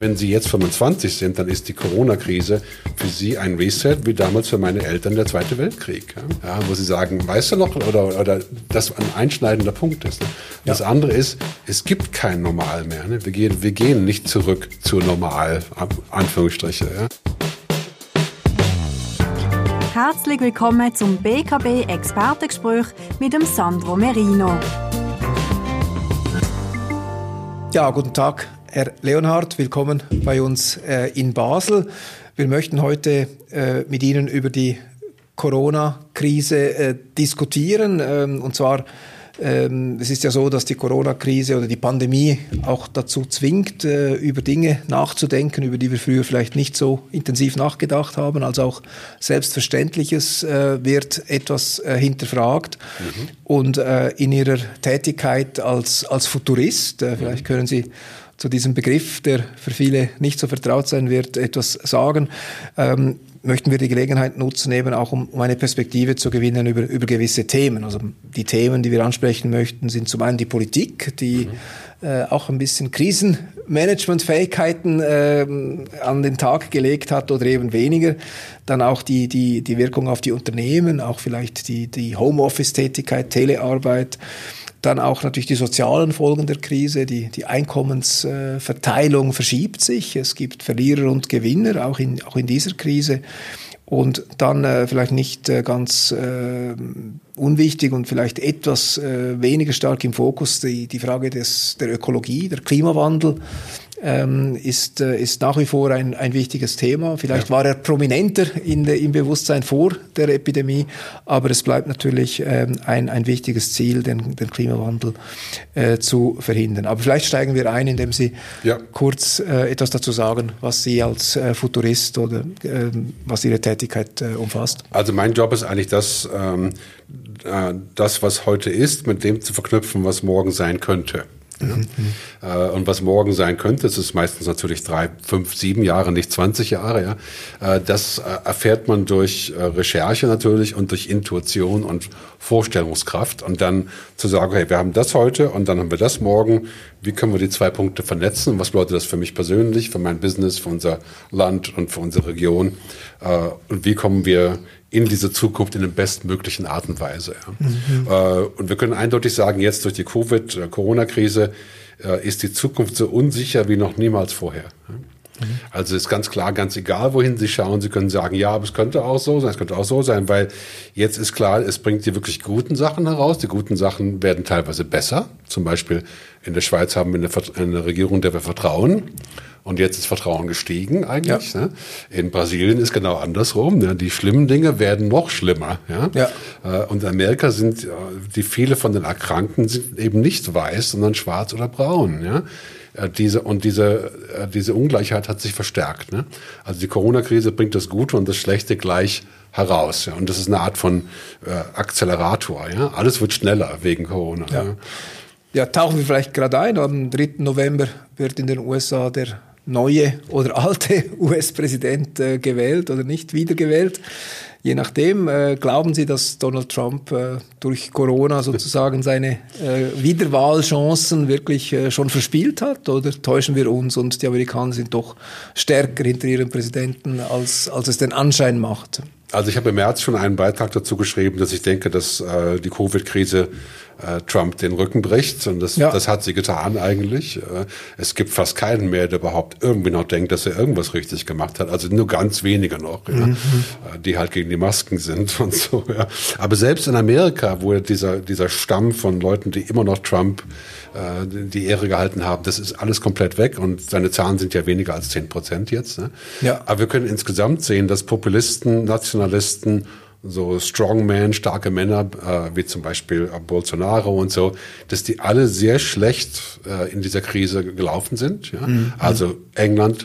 Wenn Sie jetzt 25 sind, dann ist die Corona-Krise für Sie ein Reset, wie damals für meine Eltern der Zweite Weltkrieg. Ja, wo Sie sagen, weißt du noch, oder das ein einschneidender Punkt ist. Ne? Ja. Das andere ist, es gibt kein Normal mehr. Ne? Wir gehen nicht zurück zu Normal, Anführungsstriche. Ja? Herzlich willkommen zum BKB-Expertengespräch mit dem Sandro Merino. Ja, guten Tag, Herr Leonhardt, willkommen bei uns in Basel. Wir möchten heute mit Ihnen über die Corona-Krise diskutieren. Und zwar, es ist ja so, dass die Corona-Krise oder die Pandemie auch dazu zwingt, über Dinge nachzudenken, über die wir früher vielleicht nicht so intensiv nachgedacht haben. Also auch Selbstverständliches wird etwas hinterfragt. Und in Ihrer Tätigkeit als Futurist, vielleicht können Sie zu diesem Begriff, der für viele nicht so vertraut sein wird, etwas sagen, möchten wir die Gelegenheit nutzen, eben auch um eine Perspektive zu gewinnen über gewisse Themen. Also die Themen, die wir ansprechen möchten, sind zum einen die Politik, die auch ein bisschen Krisenmanagementfähigkeiten an den Tag gelegt hat oder eben weniger. Dann auch die Wirkung auf die Unternehmen, auch vielleicht die Homeoffice-Tätigkeit, Telearbeit. Dann auch natürlich die sozialen Folgen der Krise, die Einkommensverteilung verschiebt sich. Es gibt Verlierer und Gewinner, auch in dieser Krise. Und dann vielleicht nicht ganz unwichtig und vielleicht etwas weniger stark im Fokus die Frage der Ökologie, der Klimawandel. Ist nach wie vor ein wichtiges Thema. Vielleicht war er prominenter im Bewusstsein vor der Epidemie, aber es bleibt natürlich ein wichtiges Ziel, den Klimawandel zu verhindern. Aber vielleicht steigen wir ein, indem Sie kurz etwas dazu sagen, was Sie als Futurist oder was Ihre Tätigkeit umfasst. Also mein Job ist eigentlich das, was heute ist, mit dem zu verknüpfen, was morgen sein könnte. Ja. Und was morgen sein könnte, das ist meistens natürlich 3, 5, 7 Jahre, nicht 20 Jahre. Ja. Das erfährt man durch Recherche natürlich und durch Intuition und Vorstellungskraft. Und dann zu sagen, hey, wir haben das heute und dann haben wir das morgen. Wie können wir die 2 Punkte vernetzen? Was bedeutet das für mich persönlich, für mein Business, für unser Land und für unsere Region? Und wie kommen wir in diese Zukunft in der bestmöglichen Art und Weise. Ja. Und wir können eindeutig sagen, jetzt durch die Corona-Krise ist die Zukunft so unsicher wie noch niemals vorher. Ja. Also ist ganz klar, ganz egal, wohin Sie schauen, Sie können sagen, ja, aber es könnte auch so sein, es könnte auch so sein, weil jetzt ist klar, es bringt die wirklich guten Sachen heraus. Die guten Sachen werden teilweise besser. Zum Beispiel in der Schweiz haben wir eine Regierung, der wir vertrauen. Und jetzt ist Vertrauen gestiegen eigentlich. Ja. Ne? In Brasilien ist genau andersrum. Ne? Die schlimmen Dinge werden noch schlimmer. Ja? Ja. Und in Amerika sind viele von den Erkrankten sind eben nicht weiß, sondern schwarz oder braun. Ja? Diese Ungleichheit hat sich verstärkt. Ne? Also die Corona-Krise bringt das Gute und das Schlechte gleich heraus. Ja? Und das ist eine Art von Akzelerator. Ja? Alles wird schneller wegen Corona. Ja. Ja, tauchen wir vielleicht gerade ein. Am 3. November wird in den USA der neue oder alte US-Präsident gewählt oder nicht wiedergewählt. Je nachdem, glauben Sie, dass Donald Trump durch Corona sozusagen seine Wiederwahlchancen wirklich schon verspielt hat? Oder täuschen wir uns und die Amerikaner sind doch stärker hinter ihrem Präsidenten, als es den Anschein macht? Also ich habe im März schon einen Beitrag dazu geschrieben, dass ich denke, dass die Covid-Krise Trump den Rücken bricht. Und das hat sie getan eigentlich. Es gibt fast keinen mehr, der überhaupt irgendwie noch denkt, dass er irgendwas richtig gemacht hat. Also nur ganz wenige noch, die halt gegen die Masken sind und so. Ja. Aber selbst in Amerika, wo dieser Stamm von Leuten, die immer noch Trump die Ehre gehalten haben, das ist alles komplett weg und seine Zahlen sind ja weniger als 10% jetzt. Ne? Ja. Aber wir können insgesamt sehen, dass Populisten, Nationalisten, so Strongmen, starke Männer, wie zum Beispiel Bolsonaro und so, dass die alle sehr schlecht in dieser Krise gelaufen sind. Ja? Also England,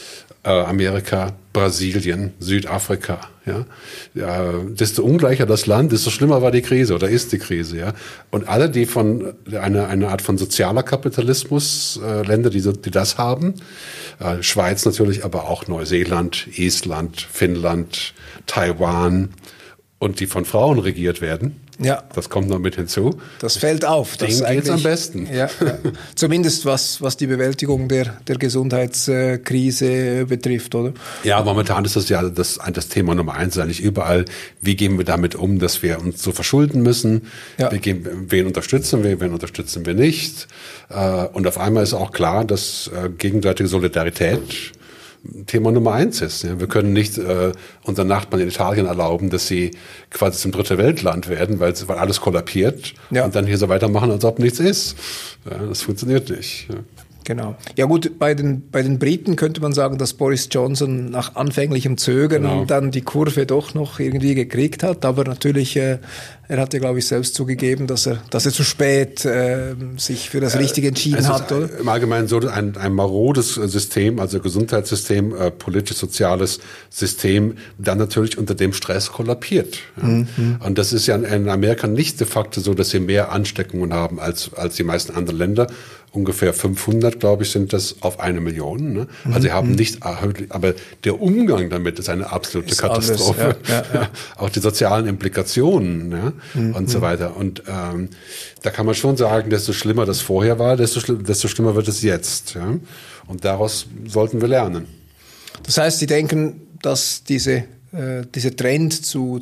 Amerika, Brasilien, Südafrika. Ja? Desto ungleicher das Land, desto schlimmer war die Krise oder ist die Krise. Ja? Und alle, die von eine Art von sozialer Kapitalismus, Länder, die das haben, Schweiz natürlich, aber auch Neuseeland, Island, Finnland, Taiwan und die von Frauen regiert werden, das kommt noch mit hinzu. Das fällt auf. Denen geht's am besten. Ja. Zumindest was die Bewältigung der Gesundheitskrise betrifft, oder? Ja, momentan ist das ja das Thema Nummer 1 eigentlich überall. Wie gehen wir damit um, dass wir uns so verschulden müssen? Ja. Wen unterstützen wir, wen unterstützen wir nicht? Und auf einmal ist auch klar, dass gegenseitige Solidarität Thema Nummer 1 ist. Ja. Wir können nicht unseren Nachbarn in Italien erlauben, dass sie quasi zum dritte Weltland werden, weil alles kollabiert und dann hier so weitermachen, als ob nichts ist. Ja, das funktioniert nicht. Ja. Genau. Ja gut, bei den Briten könnte man sagen, dass Boris Johnson nach anfänglichem Zögern dann die Kurve doch noch irgendwie gekriegt hat. Aber natürlich, er hat ja, glaube ich, selbst zugegeben, dass er zu spät sich für das Richtige entschieden hat. Oder? Im Allgemeinen so ein marodes System, also Gesundheitssystem, politisch-soziales System, dann natürlich unter dem Stress kollabiert. Ja. Und das ist ja in Amerika nicht de facto so, dass sie mehr Ansteckungen haben als die meisten anderen Länder. Ungefähr 500, glaube ich, sind das auf 1 Million. Ne? Also sie haben nicht erhöht, aber der Umgang damit ist eine absolute Katastrophe. Alles, ja. Auch die sozialen Implikationen und so weiter. Und da kann man schon sagen, desto schlimmer das vorher war, desto schlimmer wird es jetzt. Ja? Und daraus sollten wir lernen. Das heißt, Sie denken, dass dieser Trend zu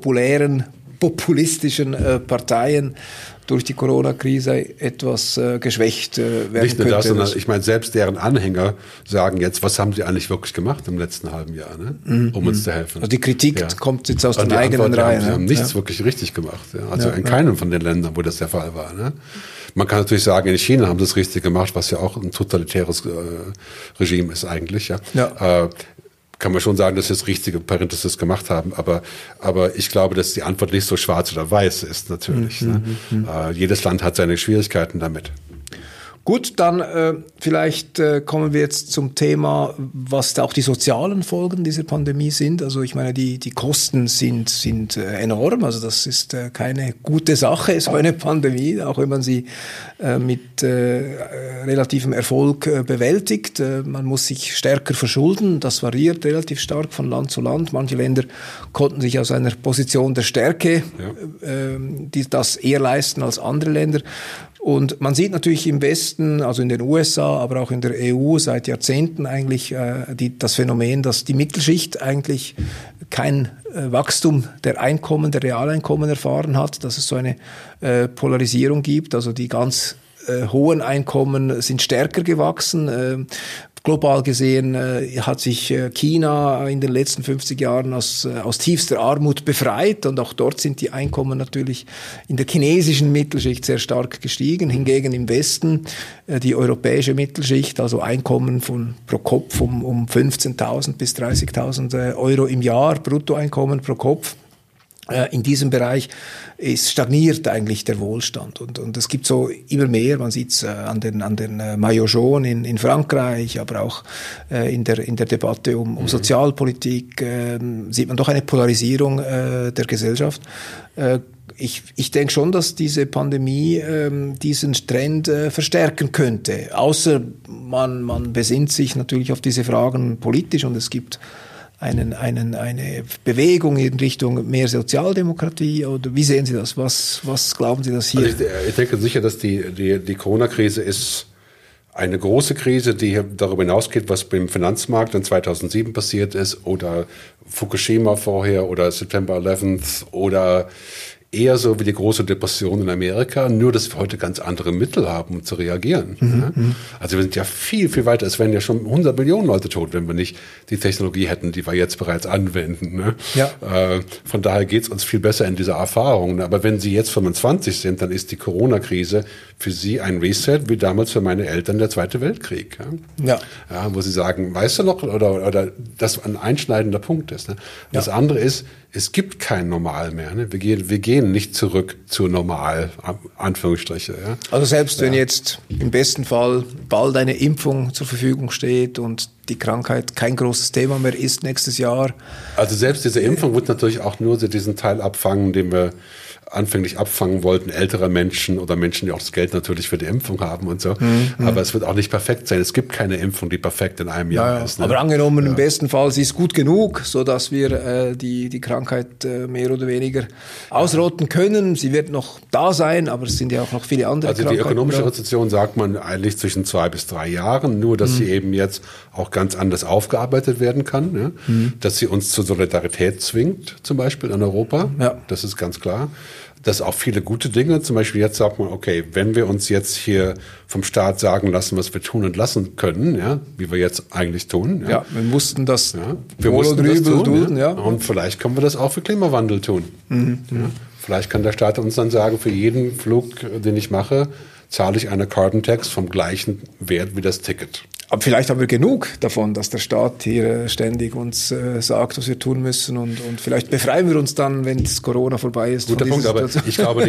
populistischen Parteien durch die Corona-Krise etwas geschwächt werden könnte. Nicht nur das, sondern ich meine, selbst deren Anhänger sagen jetzt, was haben sie eigentlich wirklich gemacht im letzten halben Jahr, ne? Um uns zu helfen. Also die Kritik kommt jetzt aus den eigenen Reihen. Sie haben nichts wirklich richtig gemacht. Ja? Also in keinem von den Ländern, wo das der Fall war. Ne? Man kann natürlich sagen, in China haben sie es richtig gemacht, was ja auch ein totalitäres Regime ist eigentlich. Ja. Kann man schon sagen, dass jetzt richtige Parentes das gemacht haben, aber ich glaube, dass die Antwort nicht so schwarz oder weiß ist, natürlich. Jedes Land hat seine Schwierigkeiten damit. Gut, dann vielleicht kommen wir jetzt zum Thema, was da auch die sozialen Folgen dieser Pandemie sind. Also ich meine, die Kosten sind enorm. Also das ist keine gute Sache, so eine Pandemie, auch wenn man sie mit relativem Erfolg bewältigt. Man muss sich stärker verschulden. Das variiert relativ stark von Land zu Land. Manche Länder konnten sich aus einer Position der Stärke das eher leisten als andere Länder. Und man sieht natürlich im Westen, also in den USA, aber auch in der EU seit Jahrzehnten eigentlich das Phänomen, dass die Mittelschicht eigentlich kein Wachstum der Realeinkommen erfahren hat, dass es so eine Polarisierung gibt. Also die ganz hohen Einkommen sind stärker gewachsen. Global gesehen hat sich China in den letzten 50 Jahren aus tiefster Armut befreit und auch dort sind die Einkommen natürlich in der chinesischen Mittelschicht sehr stark gestiegen. Hingegen im Westen die europäische Mittelschicht, also Einkommen pro Kopf um 15.000 bis 30.000 Euro im Jahr, Bruttoeinkommen pro Kopf. In diesem Bereich stagniert eigentlich der Wohlstand und es gibt so immer mehr, man sieht es an den Maillots jaunes in Frankreich, aber auch in der Debatte um Sozialpolitik sieht man doch eine Polarisierung der Gesellschaft. Ich denke schon, dass diese Pandemie diesen Trend verstärken könnte, außer man besinnt sich natürlich auf diese Fragen politisch und es gibt eine Bewegung in Richtung mehr Sozialdemokratie, oder wie sehen Sie das? Was glauben Sie, dass hier? Also ich denke sicher, dass die Corona-Krise ist eine große Krise, die darüber hinausgeht, was beim Finanzmarkt in 2007 passiert ist, oder Fukushima vorher, oder September 11th, oder eher so wie die große Depression in Amerika, nur dass wir heute ganz andere Mittel haben, um zu reagieren. Also wir sind ja viel, viel weiter. Es wären ja schon 100 Millionen Leute tot, wenn wir nicht die Technologie hätten, die wir jetzt bereits anwenden. Ne? Ja. Von daher geht's uns viel besser in dieser Erfahrung. Aber wenn Sie jetzt 25 sind, dann ist die Corona-Krise für Sie ein Reset, wie damals für meine Eltern der Zweite Weltkrieg. Ja. Wo Sie sagen, weißt du noch, oder das ein einschneidender Punkt ist. Ne? Das andere ist, es gibt kein Normal mehr. Ne? Wir gehen nicht zurück zu Normal, Anführungsstriche. Ja? Also selbst wenn jetzt im besten Fall bald eine Impfung zur Verfügung steht und die Krankheit kein großes Thema mehr ist nächstes Jahr. Also selbst diese Impfung wird natürlich auch nur diesen Teil abfangen, den wir anfänglich abfangen wollten, ältere Menschen oder Menschen, die auch das Geld natürlich für die Impfung haben und so. Aber es wird auch nicht perfekt sein. Es gibt keine Impfung, die perfekt in einem Jahr ist. Ne? Aber angenommen, im besten Fall, sie ist gut genug, sodass wir die Krankheit mehr oder weniger ausrotten können. Sie wird noch da sein, aber es sind ja auch noch viele andere Krankheiten. Also die ökonomische Rezession sagt man eigentlich zwischen 2 bis 3 Jahren, nur dass sie eben jetzt auch ganz anders aufgearbeitet werden kann. Ne? Dass sie uns zur Solidarität zwingt, zum Beispiel in Europa. Ja. Das ist ganz klar. Dass auch viele gute Dinge, zum Beispiel jetzt sagt man, okay, wenn wir uns jetzt hier vom Staat sagen lassen, was wir tun und lassen können, ja, wie wir jetzt eigentlich tun. Ja, wir mussten das wir mussten das tun, ja. Und vielleicht können wir das auch für Klimawandel tun. Ja. Vielleicht kann der Staat uns dann sagen, für jeden Flug, den ich mache, zahle ich eine Carbon Tax vom gleichen Wert wie das Ticket. Aber vielleicht haben wir genug davon, dass der Staat hier ständig uns sagt, was wir tun müssen und vielleicht befreien wir uns dann, wenn das Corona vorbei ist. Guter Punkt, aber ich glaube,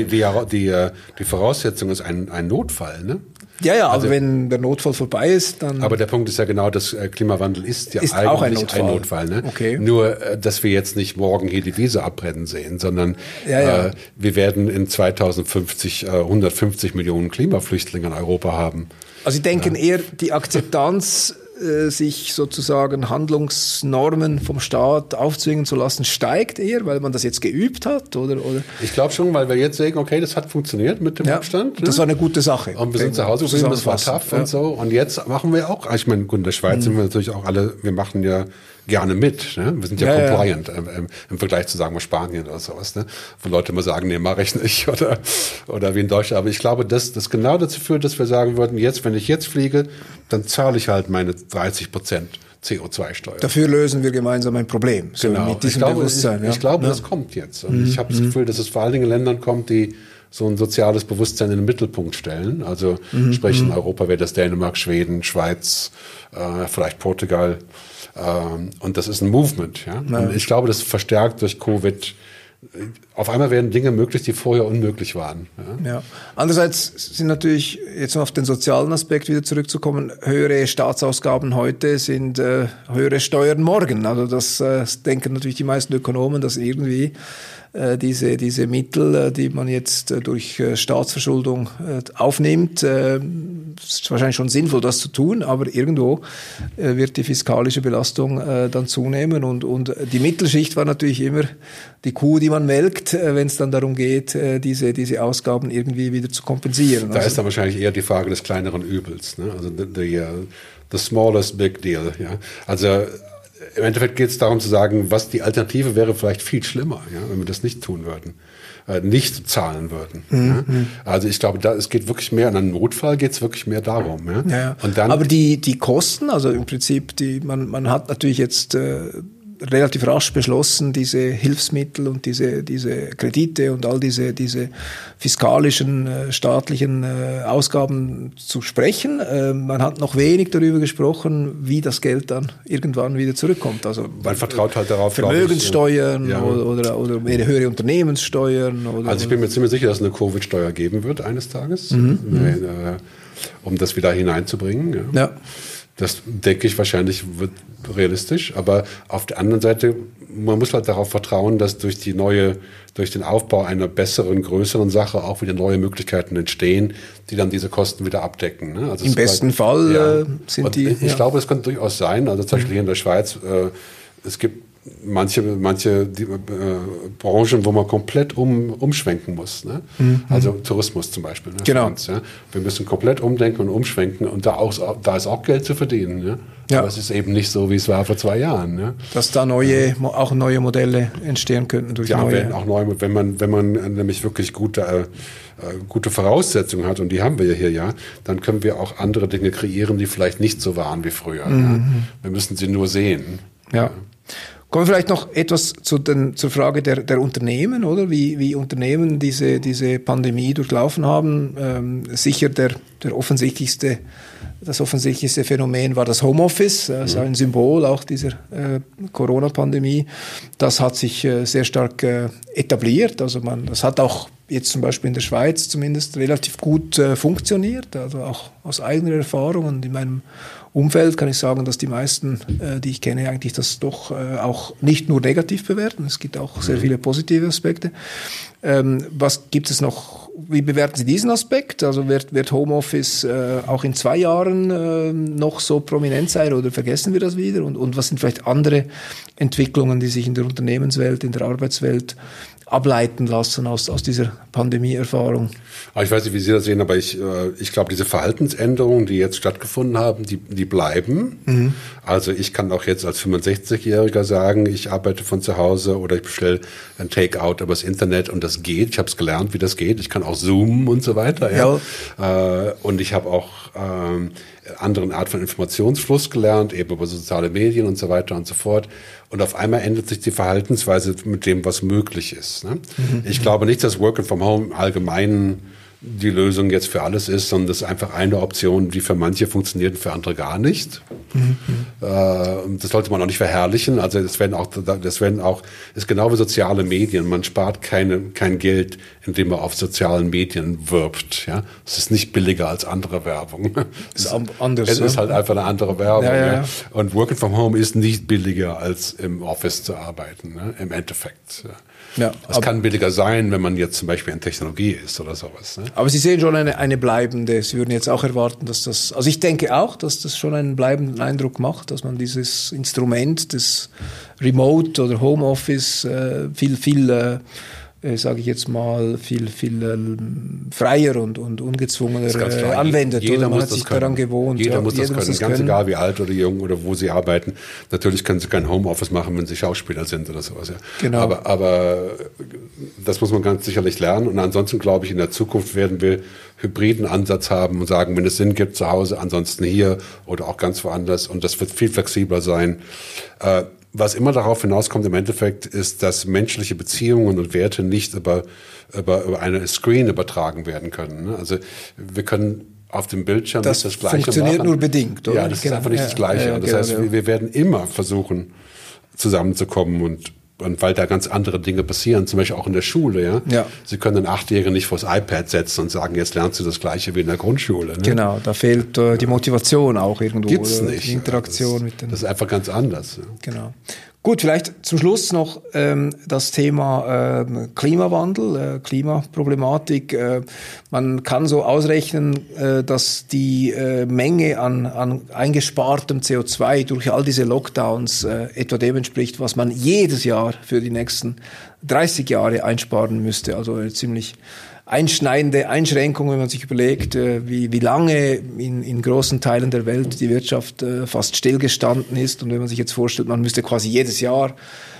die Voraussetzung ist ein Notfall, ne? Ja, also, aber wenn der Notfall vorbei ist, dann... Aber der Punkt ist ja genau, dass Klimawandel ist ja ist eigentlich auch ein Notfall. Ne? Okay. Nur, dass wir jetzt nicht morgen hier die Wiese abbrennen sehen, sondern wir werden in 2050 150 Millionen Klimaflüchtlinge in Europa haben. Also Sie denken eher, die Akzeptanz, sich sozusagen Handlungsnormen vom Staat aufzwingen zu lassen, steigt eher, weil man das jetzt geübt hat? Oder? Ich glaube schon, weil wir jetzt sehen, okay, das hat funktioniert mit dem Abstand. Ne? Das war eine gute Sache. Und wir sind zu Hause geblieben, das war tough und so. Und jetzt machen wir auch, ich meine, gut, in der Schweiz sind wir natürlich auch alle, wir machen ja gerne mit. Ne? Wir sind ja compliant im Vergleich zu, sagen wir, Spanien oder sowas. Ne? Wo Leute immer sagen, nee, mache ich nicht. Oder wie in Deutschland. Aber ich glaube, dass das genau dazu führt, dass wir sagen würden, jetzt, wenn ich jetzt fliege, dann zahle ich halt meine 30% CO2-Steuer. Dafür lösen wir gemeinsam ein Problem. So genau. Mit diesem Bewusstsein. Ich glaube, das kommt jetzt. Und ich habe das Gefühl, dass es vor allen Dingen in Ländern kommt, die so ein soziales Bewusstsein in den Mittelpunkt stellen. Also sprich in Europa wäre das Dänemark, Schweden, Schweiz, vielleicht Portugal. Und das ist ein Movement. Ja? Und ich glaube, das verstärkt durch Covid. Auf einmal werden Dinge möglich, die vorher unmöglich waren. Ja. Andererseits sind natürlich, jetzt noch auf den sozialen Aspekt wieder zurückzukommen, höhere Staatsausgaben heute sind höhere Steuern morgen. Also das denken natürlich die meisten Ökonomen, dass irgendwie diese Mittel, die man jetzt durch Staatsverschuldung aufnimmt, ist wahrscheinlich schon sinnvoll, das zu tun, aber irgendwo wird die fiskalische Belastung dann zunehmen und die Mittelschicht war natürlich immer die Kuh, die man melkt, wenn es dann darum geht, diese Ausgaben irgendwie wieder zu kompensieren. Da ist dann wahrscheinlich eher die Frage des kleineren Übels, ne? Also the smallest big deal. Ja? Also im Endeffekt geht es darum zu sagen, was die Alternative wäre, vielleicht viel schlimmer, ja, wenn wir das nicht tun würden, nicht zahlen würden. Ja. Also ich glaube, es geht wirklich mehr, in einem Notfall geht es wirklich mehr darum. Ja. Ja. Und dann, aber die Kosten, also im Prinzip, man hat natürlich jetzt relativ rasch beschlossen, diese Hilfsmittel und diese Kredite und all diese fiskalischen, staatlichen Ausgaben zu sprechen. Man hat noch wenig darüber gesprochen, wie das Geld dann irgendwann wieder zurückkommt. Also man vertraut halt darauf, Vermögenssteuern oder mehr höhere Unternehmenssteuern. Also ich bin mir ziemlich sicher, dass es eine Covid-Steuer geben wird eines Tages, um das wieder hineinzubringen. Ja. Das denke ich wahrscheinlich wird realistisch, aber auf der anderen Seite, man muss halt darauf vertrauen, dass durch den Aufbau einer besseren, größeren Sache auch wieder neue Möglichkeiten entstehen, die dann diese Kosten wieder abdecken. Ne? Also im besten Fall sind und die... Ich glaube, es könnte durchaus sein, also zum Beispiel hier in der Schweiz, es gibt manche Branchen, wo man komplett umschwenken muss. Ne? Also Tourismus zum Beispiel. Ne? Genau. Uns, ja? Wir müssen komplett umdenken und umschwenken und da ist auch Geld zu verdienen. Ne? Ja. Aber es ist eben nicht so, wie es war vor 2 Jahren. Ne? Dass da auch neue Modelle entstehen könnten durch werden auch neue, wenn man nämlich wirklich gute Voraussetzungen hat, und die haben wir hier, dann können wir auch andere Dinge kreieren, die vielleicht nicht so waren wie früher. Ja? Wir müssen sie nur sehen. Ja. Kommen wir vielleicht noch etwas zur Frage der Unternehmen, oder? Wie Unternehmen diese Pandemie durchlaufen haben. Sicher das offensichtlichste Phänomen war das Homeoffice, also ein Symbol auch dieser Corona-Pandemie. Das hat sich sehr stark etabliert. Also das hat auch jetzt zum Beispiel in der Schweiz zumindest relativ gut funktioniert. Also auch aus eigener Erfahrung und in meinem Umfeld kann ich sagen, dass die meisten, die ich kenne, eigentlich das doch auch nicht nur negativ bewerten. Es gibt auch sehr viele positive Aspekte. Was gibt es noch? Wie bewerten Sie diesen Aspekt? Also wird Homeoffice auch in 2 Jahren noch so prominent sein oder vergessen wir das wieder? Und was sind vielleicht andere Entwicklungen, die sich in der Unternehmenswelt, in der Arbeitswelt ableiten lassen aus dieser Pandemieerfahrung? Ich weiß nicht, wie Sie das sehen, aber ich glaube, diese Verhaltensänderungen, die jetzt stattgefunden haben, die bleiben. Mhm. Also ich kann auch jetzt als 65-Jähriger sagen, ich arbeite von zu Hause oder ich bestelle ein Takeout übers Internet und das geht. Ich habe es gelernt, wie das geht. Ich kann auch zoomen und so weiter. Ja. Und ich habe auch anderen Art von Informationsfluss gelernt, eben über soziale Medien und so weiter und so fort. Und auf einmal ändert sich die Verhaltensweise mit dem, was möglich ist. Ne? Ich glaube nicht, dass Working from Home allgemein die Lösung jetzt für alles ist, sondern das ist einfach eine Option, die für manche funktioniert und für andere gar nicht. Das sollte man auch nicht verherrlichen. Also das ist genau wie soziale Medien. Man spart kein Geld, indem man auf sozialen Medien wirbt. Ja, es ist nicht billiger als andere Werbung. Es ist halt einfach eine andere Werbung. Ja. Und Working from Home ist nicht billiger als im Office zu arbeiten. Ne? Im Endeffekt. Ja, es kann billiger sein, wenn man jetzt zum Beispiel in Technologie ist oder sowas. Ne? Aber Sie sehen schon eine bleibende, Sie würden jetzt auch erwarten, dass das, also ich denke auch, dass das schon einen bleibenden Eindruck macht, dass man dieses Instrument des Remote oder Homeoffice viel sage ich jetzt mal, viel freier und ungezwungener anwendet. Jeder man muss hat das sich können. daran gewohnt. Jeder muss das können, ganz egal wie alt oder jung oder wo sie arbeiten. Natürlich können sie kein Homeoffice machen, wenn sie Schauspieler sind oder sowas. Ja. Genau. Aber das muss man ganz sicherlich lernen. Und ansonsten glaube ich, in der Zukunft werden wir hybriden Ansatz haben und sagen, wenn es Sinn gibt, zu Hause, ansonsten hier oder auch ganz woanders. Und das wird viel flexibler sein. Was immer darauf hinauskommt im Endeffekt, ist, dass menschliche Beziehungen und Werte nicht über eine Screen übertragen werden können. Ne? Also wir können auf dem Bildschirm das nicht das Gleiche machen. Das funktioniert nur bedingt, oder? Ja, das ist einfach nicht das Gleiche. Ja, das heißt, wir werden immer versuchen, zusammenzukommen und weil da ganz andere Dinge passieren, zum Beispiel auch in der Schule. Ja? Sie können einen 8-Jährigen nicht vors iPad setzen und sagen, jetzt lernst du das Gleiche wie in der Grundschule. Ne? Genau, da fehlt die Motivation auch irgendwo. Gibt's nicht. Die Interaktion mit den. Das ist einfach ganz anders. Ja. Genau. Gut, vielleicht zum Schluss noch das Thema Klimawandel, Klimaproblematik. Man kann so ausrechnen, dass die Menge an eingespartem CO2 durch all diese Lockdowns etwa dem entspricht, was man jedes Jahr für die nächsten 30 Jahre einsparen müsste. Also eine ziemlich einschneidende Einschränkung, wenn man sich überlegt, wie lange in großen Teilen der Welt die Wirtschaft fast stillgestanden ist. Und wenn man sich jetzt vorstellt, man müsste quasi jedes Jahr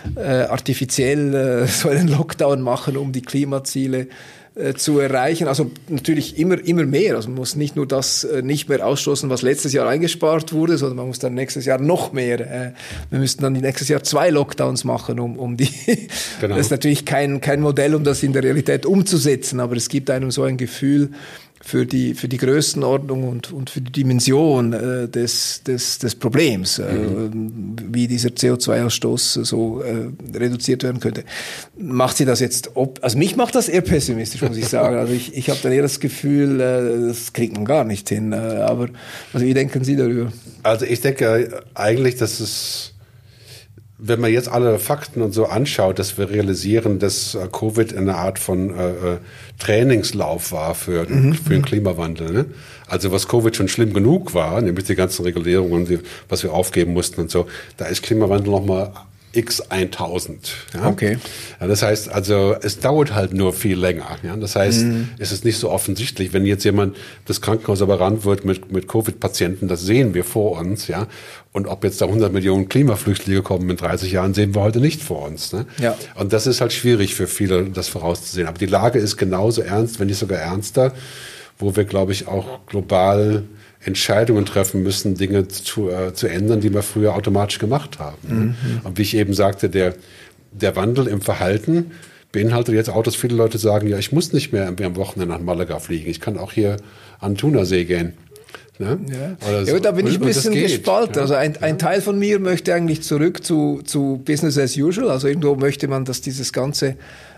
artifiziell so einen Lockdown machen, um die Klimaziele zu erreichen. Also natürlich immer mehr. Also man muss nicht nur das nicht mehr ausstoßen, was letztes Jahr eingespart wurde, sondern man muss dann nächstes Jahr noch mehr. Wir müssten dann nächstes Jahr 2 Lockdowns machen, um die. Genau. Das ist natürlich kein Modell, um das in der Realität umzusetzen, aber es gibt einem so ein Gefühl für die Größenordnung und für die Dimension des Problems, wie dieser CO2-Ausstoß so reduziert werden könnte. Macht Sie das jetzt, also mich macht das eher pessimistisch, muss ich sagen. Also ich habe dann eher das Gefühl, das kriegt man gar nicht hin. Aber also wie denken Sie darüber? Also ich denke eigentlich, dass es, wenn man jetzt alle Fakten und so anschaut, dass wir realisieren, dass Covid eine Art von Trainingslauf war für den Klimawandel. Ne? Also was Covid schon schlimm genug war, nämlich die ganzen Regulierungen, was wir aufgeben mussten und so, da ist Klimawandel nochmal x 1000. Ja? Okay. Ja, das heißt also, es dauert halt nur viel länger. Ja? Das heißt, es ist nicht so offensichtlich, wenn jetzt jemand das Krankenhaus überrannt wird mit Covid-Patienten, das sehen wir vor uns, ja. Und ob jetzt da 100 Millionen Klimaflüchtlinge kommen in 30 Jahren, sehen wir heute nicht vor uns. Ne? Ja. Und das ist halt schwierig für viele, das vorauszusehen. Aber die Lage ist genauso ernst, wenn nicht sogar ernster, wo wir, glaube ich, auch global Entscheidungen treffen müssen, Dinge zu ändern, die wir früher automatisch gemacht haben. Und wie ich eben sagte, der Wandel im Verhalten beinhaltet jetzt auch, dass viele Leute sagen, ja, ich muss nicht mehr am Wochenende nach Malaga fliegen, ich kann auch hier an den Thunersee gehen. Ne? Ja. Ja, da bin ich ein bisschen gespalten. Ja. Also ein Teil von mir möchte eigentlich zurück zu Business as usual. Also irgendwo möchte man, dass dieses ganze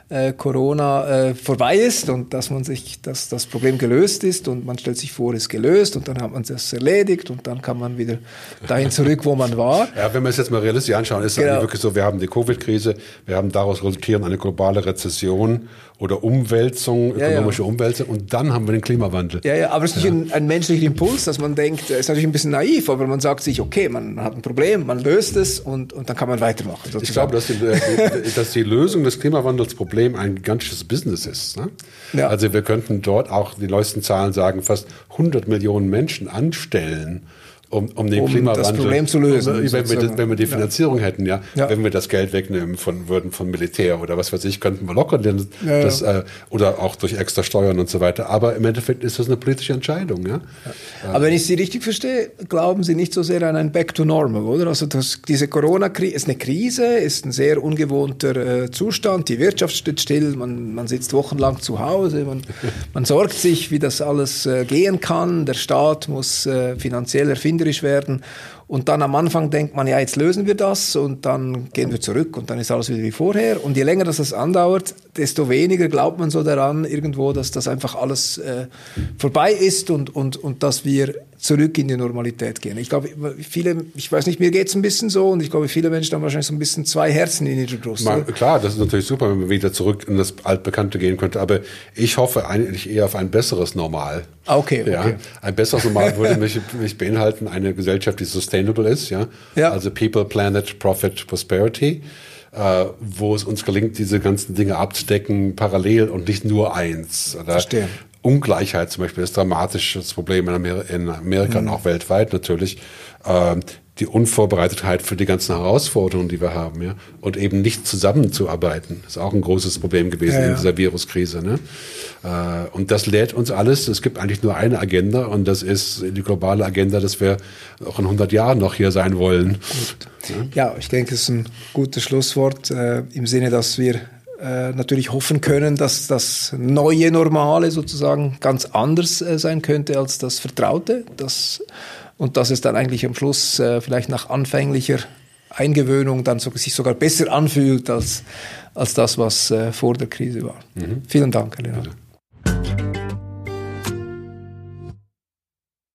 Corona vorbei ist und dass das Problem gelöst ist und man stellt sich vor, es ist gelöst und dann hat man das erledigt und dann kann man wieder dahin zurück, wo man war. Ja, wenn wir es jetzt mal realistisch anschauen, ist es eigentlich wirklich so, wir haben die Covid-Krise, wir haben daraus resultierend eine globale Rezession oder Umwälzung, ökonomische Umwälzung und dann haben wir den Klimawandel. Ja, aber es ist nicht ein menschlicher Impuls, dass man denkt, es ist natürlich ein bisschen naiv, aber man sagt sich, okay, man hat ein Problem, man löst es und dann kann man weitermachen. Sozusagen. Ich glaube, dass die Lösung des Klimawandelsproblems ein gigantisches Business ist. Ne? Ja. Also wir könnten dort auch, die neuesten Zahlen sagen, fast 100 Millionen Menschen anstellen, um den Klimawandel, das Problem zu lösen. Wenn wir die Finanzierung hätten, wenn wir das Geld wegnehmen würden von Militär oder was weiß ich, könnten wir locker oder auch durch extra Steuern und so weiter. Aber im Endeffekt ist das eine politische Entscheidung. Ja? Aber wenn ich Sie richtig verstehe, glauben Sie nicht so sehr an ein Back to Normal, oder? Also diese Corona-Krise ist eine Krise, ist ein sehr ungewohnter Zustand. Die Wirtschaft steht still, man sitzt wochenlang zu Hause, man sorgt sich, wie das alles gehen kann. Der Staat muss finanziell erfinderisch werden und dann am Anfang denkt man, ja, jetzt lösen wir das und dann gehen wir zurück und dann ist alles wieder wie vorher und je länger das andauert, desto weniger glaubt man so daran irgendwo, dass das einfach alles vorbei ist und dass wir zurück in die Normalität gehen. Ich glaube, ich weiß nicht, mir geht es ein bisschen so und ich glaube, viele Menschen haben wahrscheinlich so ein bisschen zwei Herzen in ihrer Brust. Klar, das ist natürlich super, wenn man wieder zurück in das Altbekannte gehen könnte, aber ich hoffe eigentlich eher auf ein besseres Normal. Okay. Ein besseres Normal würde mich beinhalten, eine Gesellschaft, die sustainable ist, also People, Planet, Profit, Prosperity, wo es uns gelingt, diese ganzen Dinge abzudecken, parallel und nicht nur eins. Verstehe. Ungleichheit zum Beispiel ist dramatisches Problem in Amerika und auch weltweit natürlich. Die Unvorbereitetheit für die ganzen Herausforderungen, die wir haben, und eben nicht zusammenzuarbeiten, ist auch ein großes Problem gewesen in dieser Viruskrise. Ne? Und das lädt uns alles. Es gibt eigentlich nur eine Agenda und das ist die globale Agenda, dass wir auch in 100 Jahren noch hier sein wollen. Gut. Ja, ich denke, es ist ein gutes Schlusswort im Sinne, dass wir natürlich hoffen können, dass das neue Normale sozusagen ganz anders sein könnte als das Vertraute. Und dass es dann eigentlich am Schluss vielleicht nach anfänglicher Eingewöhnung dann sich sogar besser anfühlt als das, was vor der Krise war. Vielen Dank, Herr Lehner.